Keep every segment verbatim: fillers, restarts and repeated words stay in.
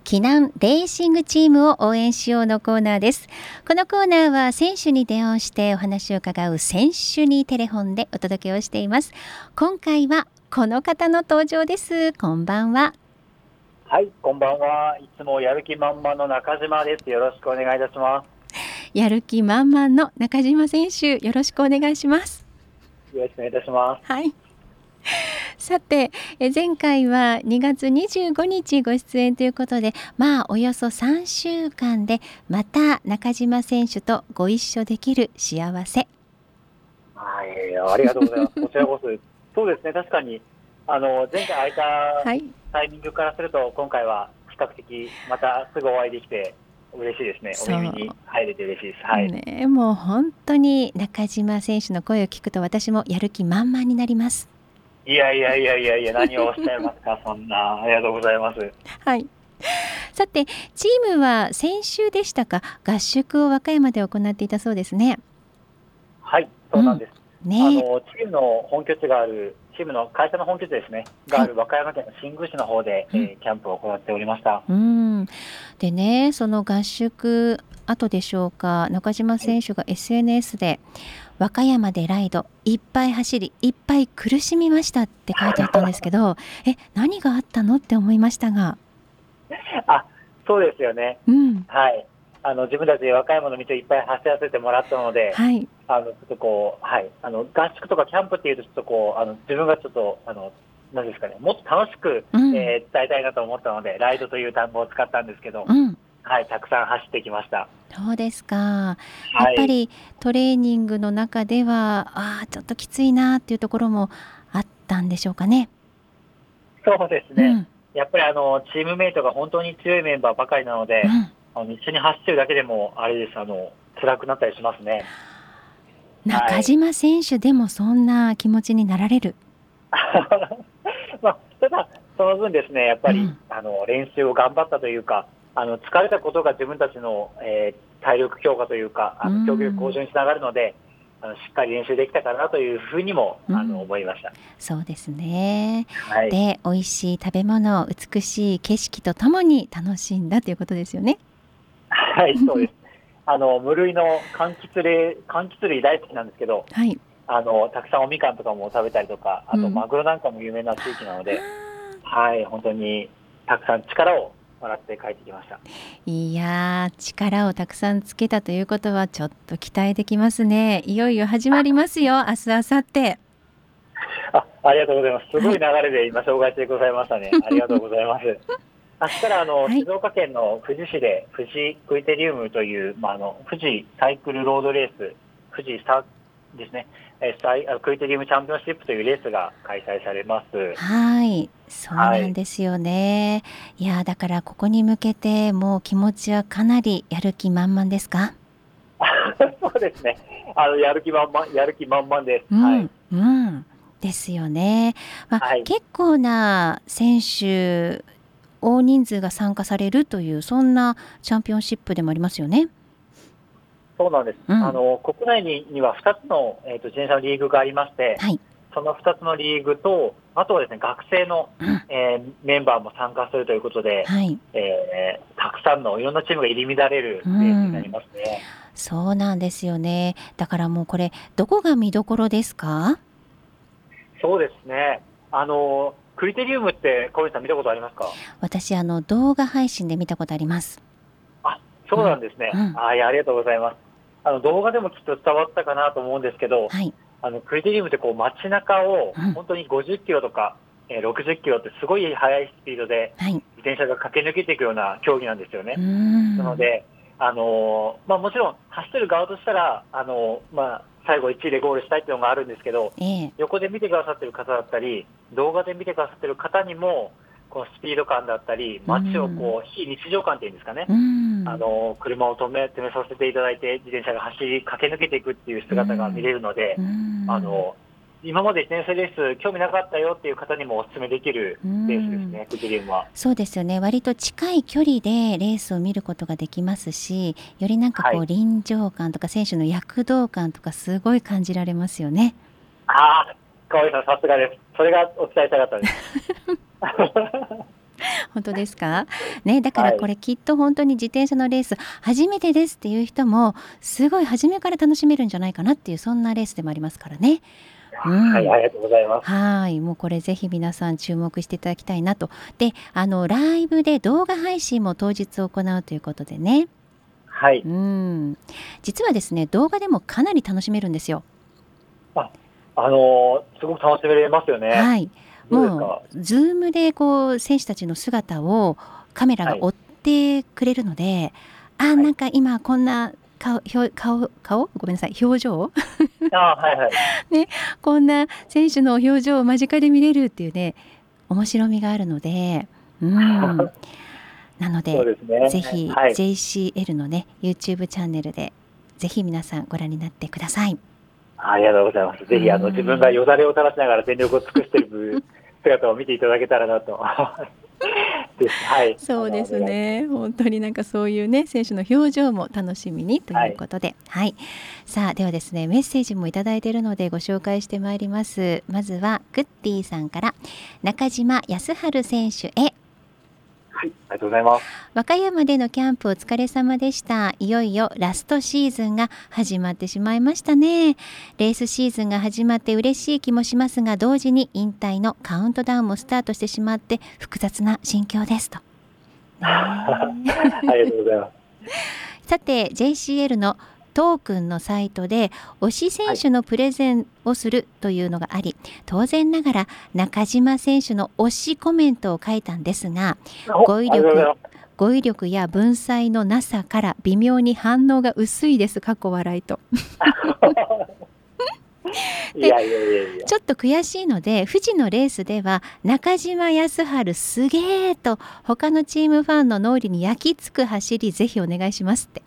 避難レーシングチームを応援しようのコーナーです。このコーナーは選手に電話してお話を伺う選手にテレフォンでお届けをしています。今回はこの方の登場です。こんばんは。 はい、こんばんは。いつもやる気満々の中島です。よろしくお願いいたします。 やる気満々の中島選手、よろしくお願いします。 よろしくお願いいたします。 はい。さて、え前回はにがつにじゅうごにちご出演ということで、まあおよそさんしゅうかんでまた中島選手とご一緒できる幸せ。 はい、ありがとうございます。こちらこそ。そうですね、確かにあの前回空いたタイミングからすると、はい、今回は比較的またすぐお会いできて嬉しいですね。お耳に入れて嬉しいです。はい。 ね、もう本当に中島選手の声を聞くと私もやる気満々になります。 いやいやいやいやいや、何をおっしゃいますか。そんな、ありがとうございます。 はい。さて、チームは先週でしたか、合宿を和歌山で行っていたそうですね。 はい、そうなんです。 うん、ね、 あのチームの本拠地がある、チームの会社の本拠地ですね、がある和歌山県の新宮市の方で、はい、えー、キャンプを行っておりました。 うん、でね、その合宿後でしょうか、中島選手が エスエヌエス で、和歌山でライドいっぱい走りいっぱい苦しみましたって書いてあったんですけどえ、何があったのって思いましたが。 あ、そうですよね、 うん、 はい、あの自分たち和歌山の道をいっぱい走らせてもらったので、 はい、 あのちょっとこう、はい、あの合宿とかキャンプっていうとちょっとこうあの自分がちょっとあの何ですかね、もっと楽しく、うん、えー、伝えたいなと思ったのでライドという単語を使ったんですけど、うん、はい、たくさん走ってきました。 そうですか。やっぱりトレーニングの中では、はい、あちょっときついなっていうところもあったんでしょうかね。 そうですね、うん、やっぱりあのチームメイトが本当に強いメンバーばかりなので、うん、あの一緒に走ってるだけでもあれです、あの辛くなったりしますね。 中島選手でもそんな気持ちになられる、 まあ、ただその分ですね、やっぱり、うん、あの練習を頑張ったというか、あの疲れたことが自分たちの、えー、体力強化というか、あの競技力向上につながるので、あのしっかり練習できたかなというふうにも、うん、あの思いました。 そうですね、 はい、 で美味しい食べ物、美しい景色とともに楽しんだということですよね。 はい、そうです。あの無類の柑橘類、柑橘類大好きなんですけど、はい、あのたくさんおみかんとかも食べたりとか、あとマグロなんかも有名な地域なので、うん、はい、本当にたくさん力をもらって帰ってきました。 いやー、力をたくさんつけたということはちょっと期待できますね。いよいよ始まりますよ、明日、明後日。 あ、ありがとうございます。すごい流れで今紹介してくださいましたね。ありがとうございます。明日からあの、はい、静岡県の富士市で富士クイテリウムという、まあ、あの富士サイクルロードレース、富士スターですね、サイクイテリウムチャンピオンシップというレースが開催されます。 はい、そうなんですよね。はい、いやだからここに向けてもう気持ちはかなりやる気満々ですか？ そうですね。あのやる気満々、やる気満々です。 うん、 はい。 うん、ですよね。まあ、はい、結構な選手大人数が参加されるというそんなチャンピオンシップでもありますよね。そうなんです、 うん、あの国内ににはふたつの、えーと、自転車のリーグがありまして、はい、そのふたつのリーグと、あとはですね、学生の、うん、えー、メンバーも参加するということで、はい、えー、たくさんのいろんなチームが入り乱れるレースになりますね。うん、 そうなんですよね。だからもうこれどこが見どころですか？ そうですね、あのクリテリウムって小西さん見たことありますか？ 私あの動画配信で見たことあります。 あ、そうなんですね。うんうん、あ、いや、ありがとうございます。あの動画でもきっと伝わったかなと思うんですけど、はい、あのクリテリウムってこう街中を本当にごじゅっキロとか、うん、ろくじゅっキロってすごい速いスピードで自転車が駆け抜けていくような競技なんですよね。はい、なので、あのまあ、もちろん走ってる側としたら、あのまあ、最後いちいでゴールしたいっていうのがあるんですけど、えー、横で見てくださってる方だったり動画で見てくださってる方にもこのスピード感だったり街をこう非日常感っていうんですかね、あの車を止め止めさせていただいて自転車が走り駆け抜けていくっていう姿が見れるので、あの今まで自転車レース興味なかったよっていう方にもお勧めできるレースですね、クリテリウムは。 そうですよね、割と近い距離でレースを見ることができますし、よりなんかこう、はい、臨場感とか選手の躍動感とかすごい感じられますよね。 ああ、川合さんさすがです。それがお伝えしたかったです。 本当ですかね。だからこれきっと本当に自転車のレース初めてですっていう人もすごい初めから楽しめるんじゃないかなっていう、そんなレースでもありますからね。 うん、はい、ありがとうございます。 はい、もうこれぜひ皆さん注目していただきたいなと。で、あのライブで動画配信も当日行うということでね。 はい。 うん、実はですね、動画でもかなり楽しめるんですよ。 あ、あのー、すごく楽しめますよね。 はい。もうズームでこう選手たちの姿をカメラが追ってくれるので、はい、あ、なんか今こんな顔顔顔ごめんなさい表情あ、はいはいね、こんな選手の表情を間近で見れるっていうね、面白みがあるので、うん、なので、ね、ぜひ、はい、ジェイシーエル のね YouTube チャンネルでぜひ皆さんご覧になってください。 ありがとうございます。ぜひあの自分がよだれを垂らしながら全力を尽くしている姿を見ていただけたらなと。はい、 そうですね。本当になんかそういうね選手の表情も楽しみにということで、はい、はい、さあではですね、メッセージもいただいているのでご紹介してまいります。まずはグッディさんから、中島康晴選手へ。 はい、ありがとうございます。 和歌山でのキャンプお疲れ様でした。いよいよラストシーズンが始まってしまいましたね。レースシーズンが始まって嬉しい気もしますが、同時に引退のカウントダウンもスタートしてしまって複雑な心境ですと。 ありがとうございます。 さて ジェイシーエル のトークンのサイトで推し選手のプレゼンをするというのがあり、はい、当然ながら中島選手の推しコメントを書いたんですが、語彙力語彙力や文才のなさから微妙に反応が薄いです。かっこ笑いといやいやいやいや、 ちょっと悔しいので富士のレースでは中島康晴すげーと他のチームファンの脳裏に焼き付く走りぜひお願いしますって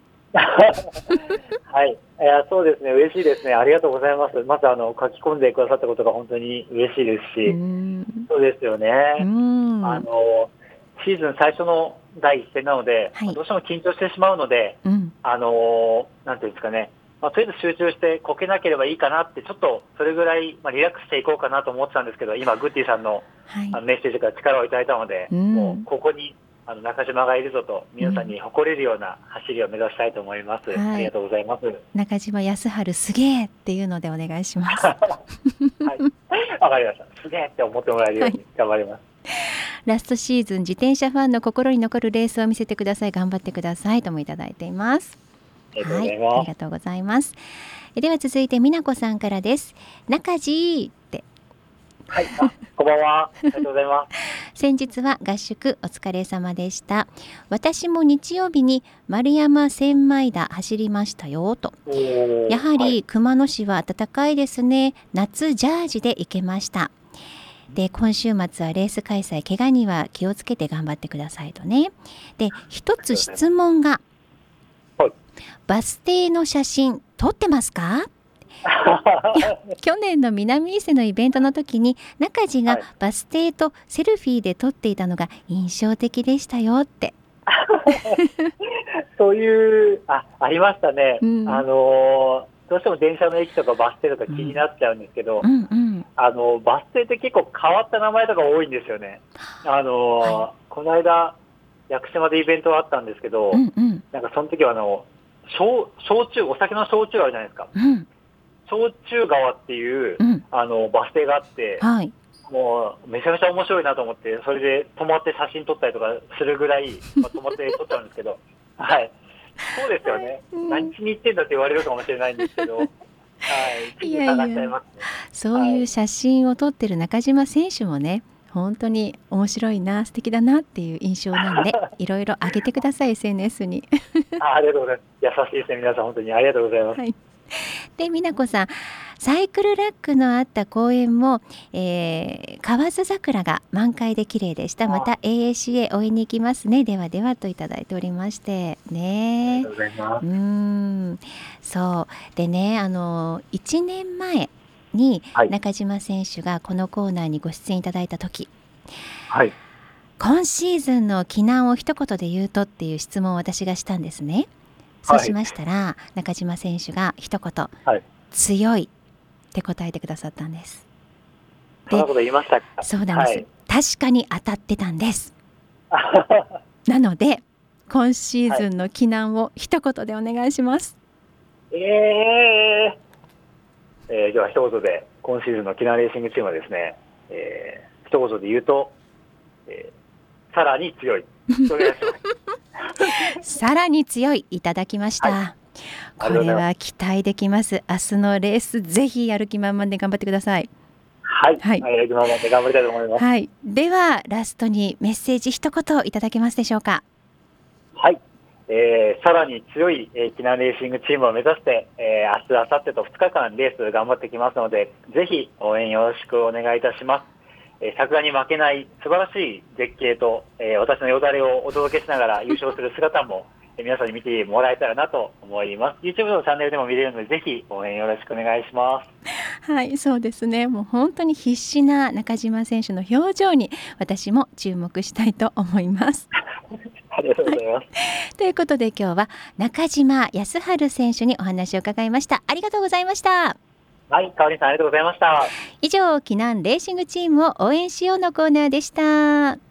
はい、いやそうですね、嬉しいですね、ありがとうございます。まずあの書き込んでくださったことが本当に嬉しいですし、そうですよね、あのシーズン最初のだいいっ戦なので、はい、どうしても緊張してしまうので、うん、あのなんていうんですかね、まあ、とりあえず集中してこけなければいいかなって、ちょっとそれぐらい、まあ、リラックスしていこうかなと思ってたんですけど、今グッディさんの、はい、あのメッセージから力をいただいたので、うん、もうここにあの中島がいるぞと皆さんに誇れるような走りを目指したいと思います、うん、ありがとうございます。 中島康晴すげーっていうのでお願いしますはい、わかりました。すげーって思ってもらえるように頑張ります、はい。 ラストシーズン自転車ファンの心に残るレースを見せてください、頑張ってくださいともいただいています。 ありがとうございます。 はい、ありがとうございます。では続いて美奈子さんからです。中地ってはい、あ、こんばんは。ありがとうございます。 先日は合宿お疲れ様でした。私も日曜日に丸山千枚田走りましたよと。やはり熊野市は暖かいですね。夏ジャージで行けました。で今週末はレース開催、怪我には気をつけて頑張ってくださいとね。で一つ質問が、 はい、 バス停の写真撮ってますか？去年の南伊勢のイベントの時に中地がバス停とセルフィーで撮っていたのが印象的でしたよってそういうあありましたね、うん、あのどうしても電車の駅とかバス停とか気になっちゃうんですけど、うんうんうん、あのバス停って結構変わった名前とか多いんですよね。あの、はい、この間屋久島でイベントがあったんですけど、うんうん、なんかその時はあの 焼, 焼酎お酒の焼酎あるじゃないですか、うん、焼酎川っていう、うん、あのバス停があって、はい、もうめちゃめちゃ面白いなと思って、それで止まって写真撮ったりとかするぐらい、まあ、止まって撮っちゃうんですけどはい、そうですよね、うん、何しに行ってんだって言われるかもしれないんですけど、はい、いやいや探しちゃいますね。 そういう写真を撮ってる中島選手もね、本当に面白いな、素敵だなっていう印象なんでいろいろ上げてくださいエスエヌエス にあ, ありがとうございます。優しいですね、皆さん本当にありがとうございます、はい。 で美奈子さん、サイクルラックのあった公園も、えー、河津桜が満開で綺麗でした。また エーエーシー へ追いに行きますね、ではではといただいておりましてね。 ありがとうございます。 うーん、そうでね、あのいちねんまえに中島選手がこのコーナーにご出演いただいた時、はい、今シーズンの奇難を一言で言うとっていう質問を私がしたんですね。そうしましたら、はい、中島選手が一言、はい、強いって答えてくださったんです。 そんなこと言いましたか？ そうなんです、はい、 確かに当たってたんですなので今シーズンの避難を一言でお願いします。 はい、えー、えー、では一言で今シーズンの避難レーシングチームはですね、えー、一言で言うと、えー、さらに強いさらに強いいただきました、はい、これは期待できます。明日のレースぜひやる気満々で頑張ってください。 はい、はい、やる気満々で頑張りたいと思います、 はい、ではラストにメッセージ一言いただけますでしょうか。 はい、えー、さらに強い、えー、避難レーシングチームを目指して、えー、明日、明後日とふつかかんレース頑張ってきますので、ぜひ応援よろしくお願いいたします。えー、桜に負けない素晴らしい絶景と、えー、私のよだれをお届けしながら優勝する姿も皆さんに見てもらえたらなと思います。 YouTube のチャンネルでも見れるのでぜひ応援よろしくお願いします。 はい、そうですね。もう本当に必死な中島選手の表情に私も注目したいと思いますありがとうございます、はい、 ということで今日は中島康晴選手にお話を伺いました。ありがとうございました。 はい、かおりさんありがとうございました。 以上、避難レーシングチームを応援しようのコーナーでした。